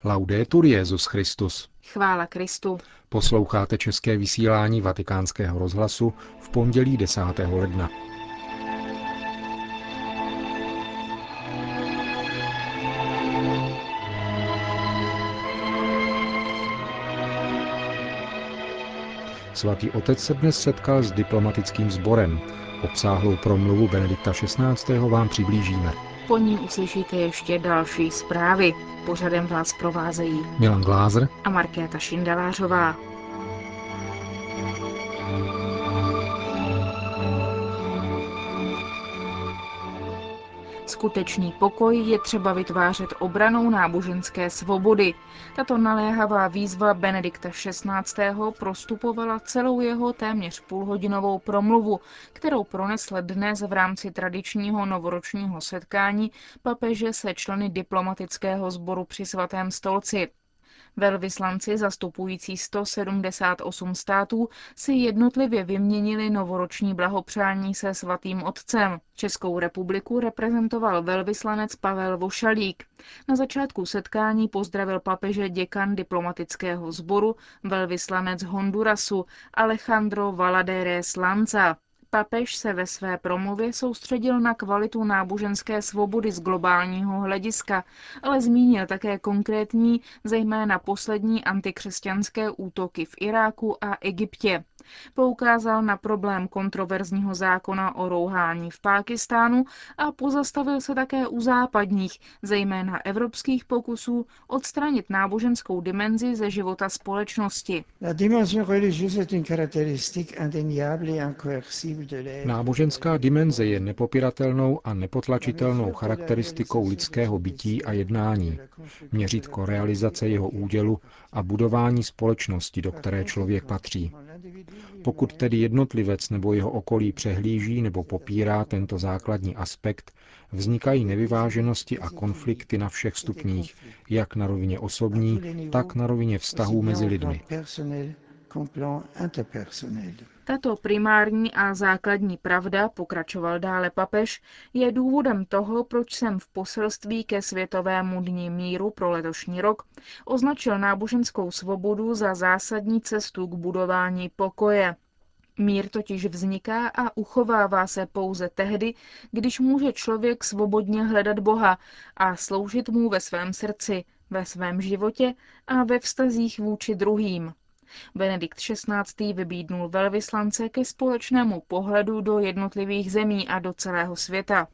Laudetur Jesus Christus. Chvála Kristu. Posloucháte české vysílání Vatikánského rozhlasu v pondělí 10. ledna. Svatý otec se dnes setkal s diplomatickým sborem. Obsáhlou promluvu Benedikta XVI. Vám přiblížíme. Po ní uslyšíte ještě další zprávy. Pořadem vás provázejí Milan Glázer a Markéta Šindelářová. Skutečný pokoj je třeba vytvářet obranou náboženské svobody. Tato naléhavá výzva Benedikta XVI. Prostupovala celou jeho téměř půlhodinovou promluvu, kterou pronesl dnes v rámci tradičního novoročního setkání papeže se členy diplomatického sboru při Svatém stolci. Velvyslanci zastupující 178 států si jednotlivě vyměnili novoroční blahopřání se Svatým otcem. Českou republiku reprezentoval velvyslanec Pavel Vošalík. Na začátku setkání pozdravil papeže děkan diplomatického sboru, velvyslanec Hondurasu Alejandro Valadares Lanza. Papež se ve své promluvě soustředil na kvalitu náboženské svobody z globálního hlediska, ale zmínil také konkrétní, zejména poslední antikřesťanské útoky v Iráku a Egyptě. Poukázal na problém kontroverzního zákona o rouhání v Pákistánu a pozastavil se také u západních, zejména evropských pokusů odstranit náboženskou dimenzi ze života společnosti. Náboženská dimenze je nepopiratelnou a nepotlačitelnou charakteristikou lidského bytí a jednání, měřítko realizace jeho údělu a budování společnosti, do které člověk patří. Pokud tedy jednotlivec nebo jeho okolí přehlíží nebo popírá tento základní aspekt, vznikají nevyváženosti a konflikty na všech stupních, jak na rovině osobní, tak na rovině vztahů mezi lidmi. Tato primární a základní pravda, pokračoval dále papež, je důvodem toho, proč jsem v poselství ke Světovému dni míru pro letošní rok označil náboženskou svobodu za zásadní cestu k budování pokoje. Mír totiž vzniká a uchovává se pouze tehdy, když může člověk svobodně hledat Boha a sloužit mu ve svém srdci, ve svém životě a ve vztazích vůči druhým. Benedikt XVI. Vybídnul velvyslance ke společnému pohledu do jednotlivých zemí a do celého světa.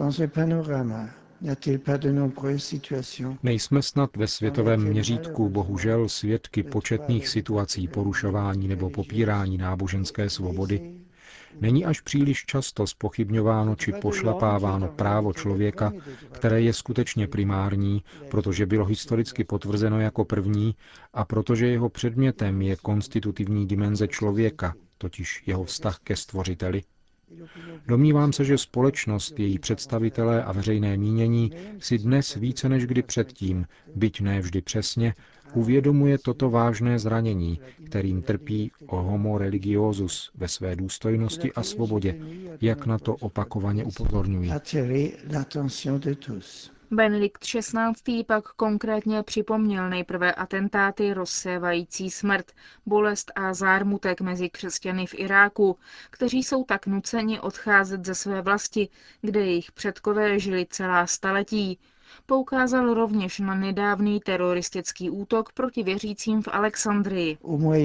Nejsme snad ve světovém měřítku bohužel svědky početných situací porušování nebo popírání náboženské svobody? Není až příliš často zpochybňováno či pošlapáváno právo člověka, které je skutečně primární, protože bylo historicky potvrzeno jako první a protože jeho předmětem je konstitutivní dimenze člověka, totiž jeho vztah ke Stvořiteli? Domnívám se, že společnost, její představitelé a veřejné mínění si dnes více než kdy předtím, byť ne vždy přesně, uvědomuje toto vážné zranění, kterým trpí homo religiosus ve své důstojnosti a svobodě, jak na to opakovaně upozorňují. Benedikt XVI. Pak konkrétně připomněl nejprve atentáty rozsévající smrt, bolest a zármutek mezi křesťany v Iráku, kteří jsou tak nuceni odcházet ze své vlasti, kde jejich předkové žili celá staletí. Poukázal rovněž na nedávný teroristický útok proti věřícím v Alexandrii.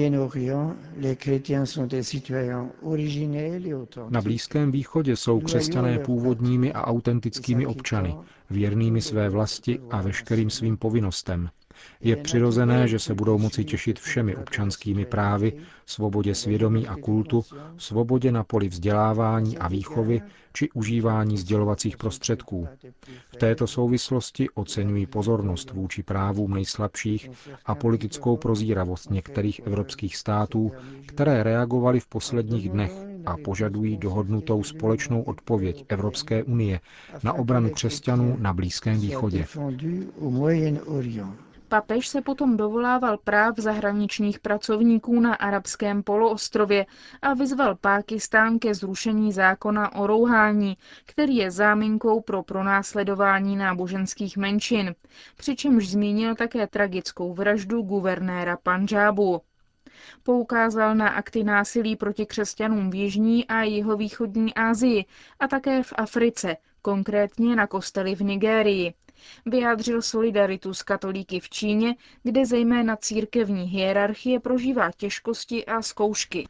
Na Blízkém východě jsou křesťané původními a autentickými občany, věrnými své vlasti a veškerým svým povinnostem. Je přirozené, že se budou moci těšit všemi občanskými právy, svobodě svědomí a kultu, svobodě na poli vzdělávání a výchovy či užívání sdělovacích prostředků. V této souvislosti oceňují pozornost vůči právům nejslabších a politickou prozíravost některých evropských států, které reagovaly v posledních dnech a požadují dohodnutou společnou odpověď Evropské unie na obranu křesťanů na Blízkém východě. Papež se potom dovolával práv zahraničních pracovníků na arabském poloostrově a vyzval Pákistán ke zrušení zákona o rouhání, který je záminkou pro pronásledování náboženských menšin, přičemž zmínil také tragickou vraždu guvernéra Pandžábu. Poukázal na akty násilí proti křesťanům v jižní a jihovýchodní Asii a také v Africe, konkrétně na kostely v Nigérii. Vyjádřil solidaritu s katolíky v Číně, kde zejména církevní hierarchie prožívá těžkosti a zkoušky.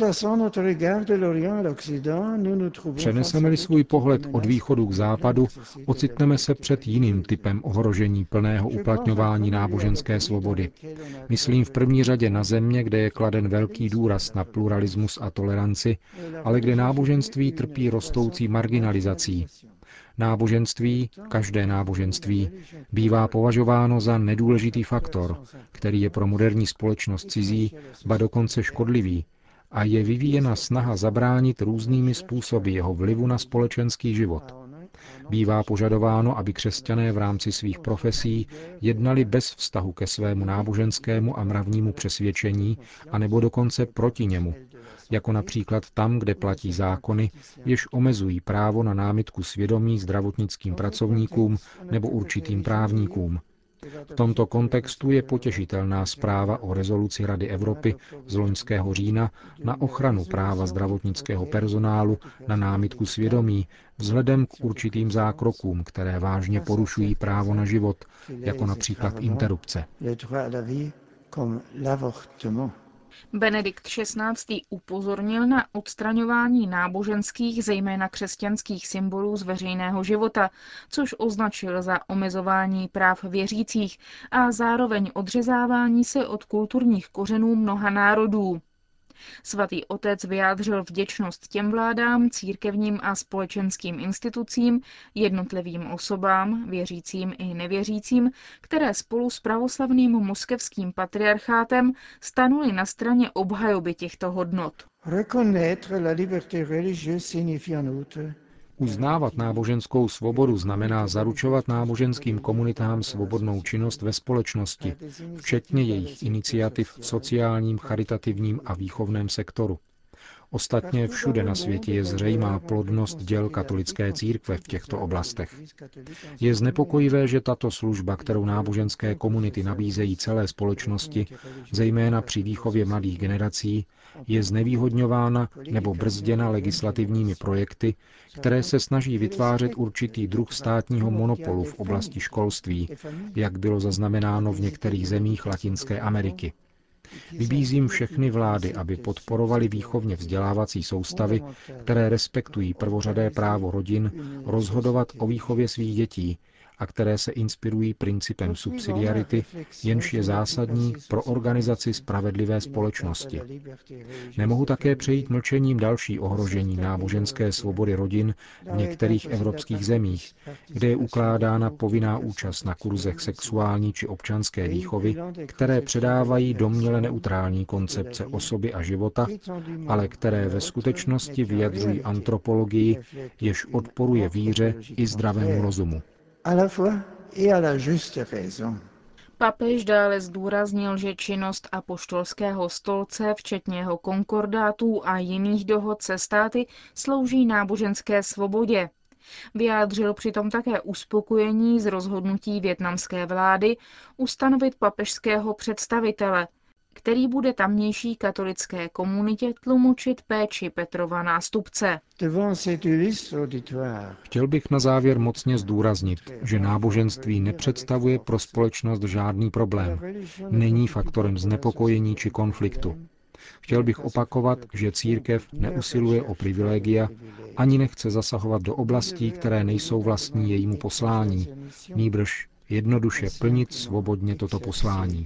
Přeneseme-li svůj pohled od východu k západu, ocitneme se před jiným typem ohrožení plného uplatňování náboženské svobody. Myslím v první řadě na země, kde je kladen velký důraz na pluralismus a toleranci, ale kde náboženství trpí rostoucí marginalizací. Náboženství, každé náboženství, bývá považováno za nedůležitý faktor, který je pro moderní společnost cizí, ba dokonce škodlivý, a je vyvíjena snaha zabránit různými způsoby jeho vlivu na společenský život. Bývá požadováno, aby křesťané v rámci svých profesí jednali bez vztahu ke svému náboženskému a mravnímu přesvědčení, anebo dokonce proti němu, jako například tam, kde platí zákony, jež omezují právo na námitku svědomí zdravotnickým pracovníkům nebo určitým právníkům. V tomto kontextu je potěšitelná zpráva o rezoluci Rady Evropy z loňského října na ochranu práva zdravotnického personálu na námitku svědomí vzhledem k určitým zákrokům, které vážně porušují právo na život, jako například interrupce. Benedikt XVI. Upozornil na odstraňování náboženských, zejména křesťanských symbolů z veřejného života, což označil za omezování práv věřících a zároveň odřezávání se od kulturních kořenů mnoha národů. Svatý otec vyjádřil vděčnost těm vládám, církevním a společenským institucím, jednotlivým osobám, věřícím i nevěřícím, které spolu s pravoslavným moskevským patriarchátem stanuli na straně obhajoby těchto hodnot. Uznávat náboženskou svobodu znamená zaručovat náboženským komunitám svobodnou činnost ve společnosti, včetně jejich iniciativ v sociálním, charitativním a výchovném sektoru. Ostatně všude na světě je zřejmá plodnost děl katolické církve v těchto oblastech. Je znepokojivé, že tato služba, kterou náboženské komunity nabízejí celé společnosti, zejména při výchově mladých generací, je znevýhodňována nebo brzděna legislativními projekty, které se snaží vytvářet určitý druh státního monopolu v oblasti školství, jak bylo zaznamenáno v některých zemích Latinské Ameriky. Vybízím všechny vlády, aby podporovali výchovně vzdělávací soustavy, které respektují prvořadé právo rodin rozhodovat o výchově svých dětí a které se inspirují principem subsidiarity, jenž je zásadní pro organizaci spravedlivé společnosti. Nemohu také přejít mlčením další ohrožení náboženské svobody rodin v některých evropských zemích, kde je ukládána povinná účast na kurzech sexuální či občanské výchovy, které předávají domněle neutrální koncepce osoby a života, ale které ve skutečnosti vyjadřují antropologii, jež odporuje víře i zdravému rozumu. Papež dále zdůraznil, že činnost apoštolského stolce, včetně jeho konkordátů a jiných dohod se státy, slouží náboženské svobodě. Vyjádřil přitom také uspokojení z rozhodnutí vietnamské vlády ustanovit papežského představitele, který bude tamnější katolické komunitě tlumočit péči Petrova nástupce. Chtěl bych na závěr mocně zdůraznit, že náboženství nepředstavuje pro společnost žádný problém. Není faktorem znepokojení či konfliktu. Chtěl bych opakovat, že církev neusiluje o privilegia, ani nechce zasahovat do oblastí, které nejsou vlastní jejímu poslání, nýbrž jednoduše plnit svobodně toto poslání.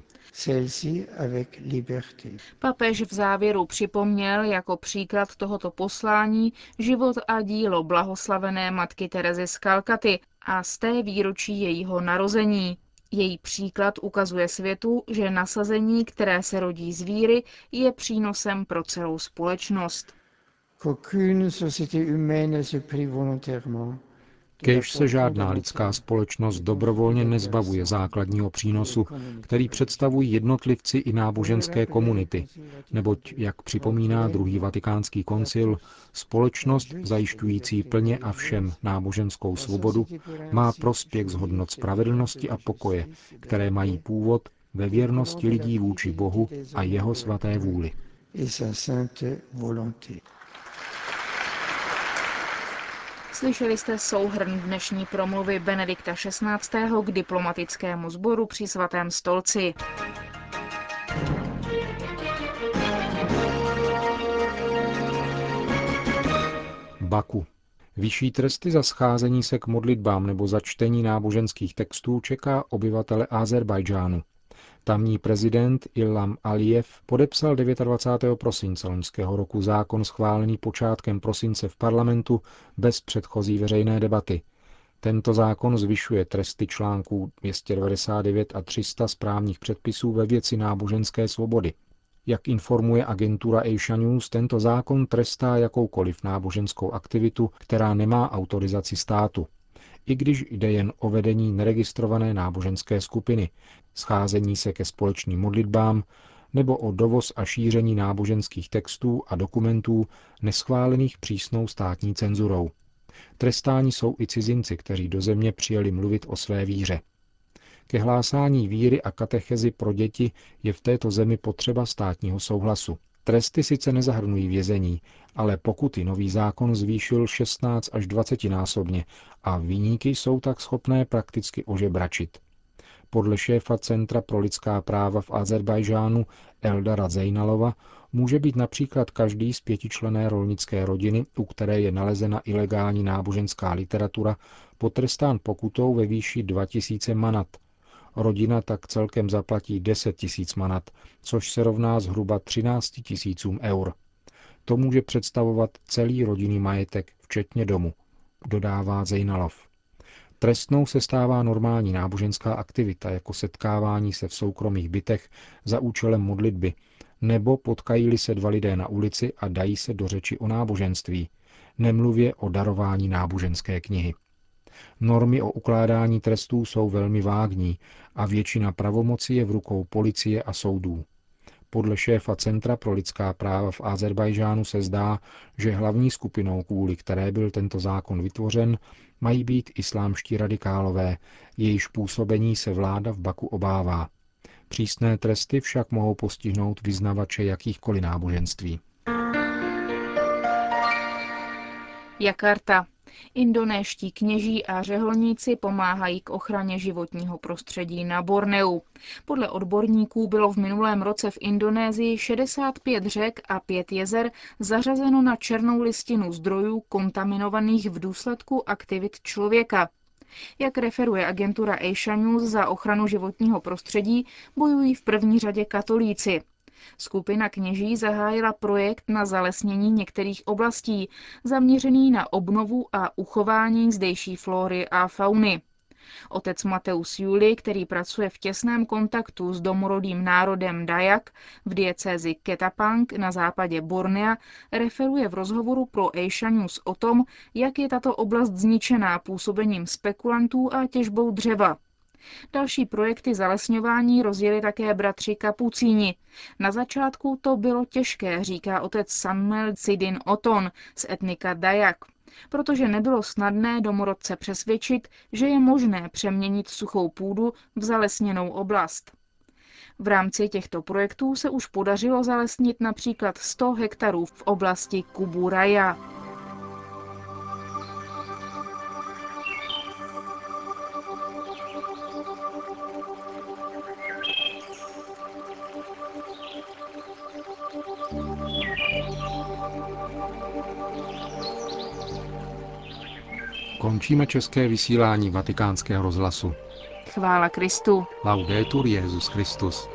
Papež v závěru připomněl jako příklad tohoto poslání život a dílo blahoslavené matky Terezy z Kalkaty a z té výročí jejího narození. Její příklad ukazuje světu, že nasazení, které se rodí z víry, je přínosem pro celou společnost. Kéž se žádná lidská společnost dobrovolně nezbavuje základního přínosu, který představují jednotlivci i náboženské komunity, neboť, jak připomíná druhý vatikánský koncil, společnost zajišťující plně a všem náboženskou svobodu má prospěch z hodnot spravedlnosti a pokoje, které mají původ ve věrnosti lidí vůči Bohu a jeho svaté vůli. Slyšeli jste souhrn dnešní promluvy Benedikta XVI. K diplomatickému sboru při Svatém stolci. Baku. Vyšší tresty za scházení se k modlitbám nebo za čtení náboženských textů čeká obyvatele Ázerbájdžánu. Tamní prezident Ilham Alijev podepsal 29. prosince loňského roku zákon schválený počátkem prosince v parlamentu bez předchozí veřejné debaty. Tento zákon zvyšuje tresty článků 299 a 300 správních předpisů ve věci náboženské svobody. Jak informuje agentura Asia News, tento zákon trestá jakoukoliv náboženskou aktivitu, která nemá autorizaci státu. I když jde jen o vedení neregistrované náboženské skupiny, scházení se ke společným modlitbám nebo o dovoz a šíření náboženských textů a dokumentů neschválených přísnou státní cenzurou. Trestáni jsou i cizinci, kteří do země přijeli mluvit o své víře. Ke hlásání víry a katechezi pro děti je v této zemi potřeba státního souhlasu. Tresty sice nezahrnují vězení, ale pokuty nový zákon zvýšil 16 až 20násobně a viníky jsou tak schopné prakticky ožebračit. Podle šéfa Centra pro lidská práva v Ázerbájdžánu Eldara Zejnalova může být například každý z 5členné rolnické rodiny, u které je nalezena ilegální náboženská literatura, potrestán pokutou ve výši 2000 manat. Rodina tak celkem zaplatí 10 000 manat, což se rovná zhruba 13 000 eur. To může představovat celý rodinný majetek, včetně domu, dodává Zejnalov. Trestnou se stává normální náboženská aktivita, jako setkávání se v soukromých bytech za účelem modlitby, nebo potkají-li se dva lidé na ulici a dají se do řeči o náboženství, nemluvě o darování náboženské knihy. Normy o ukládání trestů jsou velmi vágní a většina pravomoci je v rukou policie a soudů. Podle šéfa Centra pro lidská práva v Ázerbájdžánu se zdá, že hlavní skupinou, kvůli které byl tento zákon vytvořen, mají být islámští radikálové, jejichž působení se vláda v Baku obává. Přísné tresty však mohou postihnout vyznavače jakýchkoliv náboženství. Jakarta. Indonéští kněží a řeholníci pomáhají k ochraně životního prostředí na Borneu. Podle odborníků bylo v minulém roce v Indonésii 65 řek a 5 jezer zařazeno na černou listinu zdrojů kontaminovaných v důsledku aktivit člověka. Jak referuje agentura Asia News, za ochranu životního prostředí bojují v první řadě katolíci. Skupina kněží zahájila projekt na zalesnění některých oblastí, zaměřený na obnovu a uchování zdejší flóry a fauny. Otec Mateus Juli, který pracuje v těsném kontaktu s domorodým národem Dayak v diecézi Ketapang na západě Bornea, referuje v rozhovoru pro Asia News o tom, jak je tato oblast zničená působením spekulantů a těžbou dřeva. Další projekty zalesňování rozjeli také bratři kapucíni. Na začátku to bylo těžké, říká otec Samuel Sidin Oton z etnika Dayak, protože nebylo snadné domorodce přesvědčit, že je možné přeměnit suchou půdu v zalesněnou oblast. V rámci těchto projektů se už podařilo zalesnit například 100 hektarů v oblasti Kubu Raya. Končíme české vysílání Vatikánského rozhlasu. Chvála Kristu. Laudetur Jesus Christus.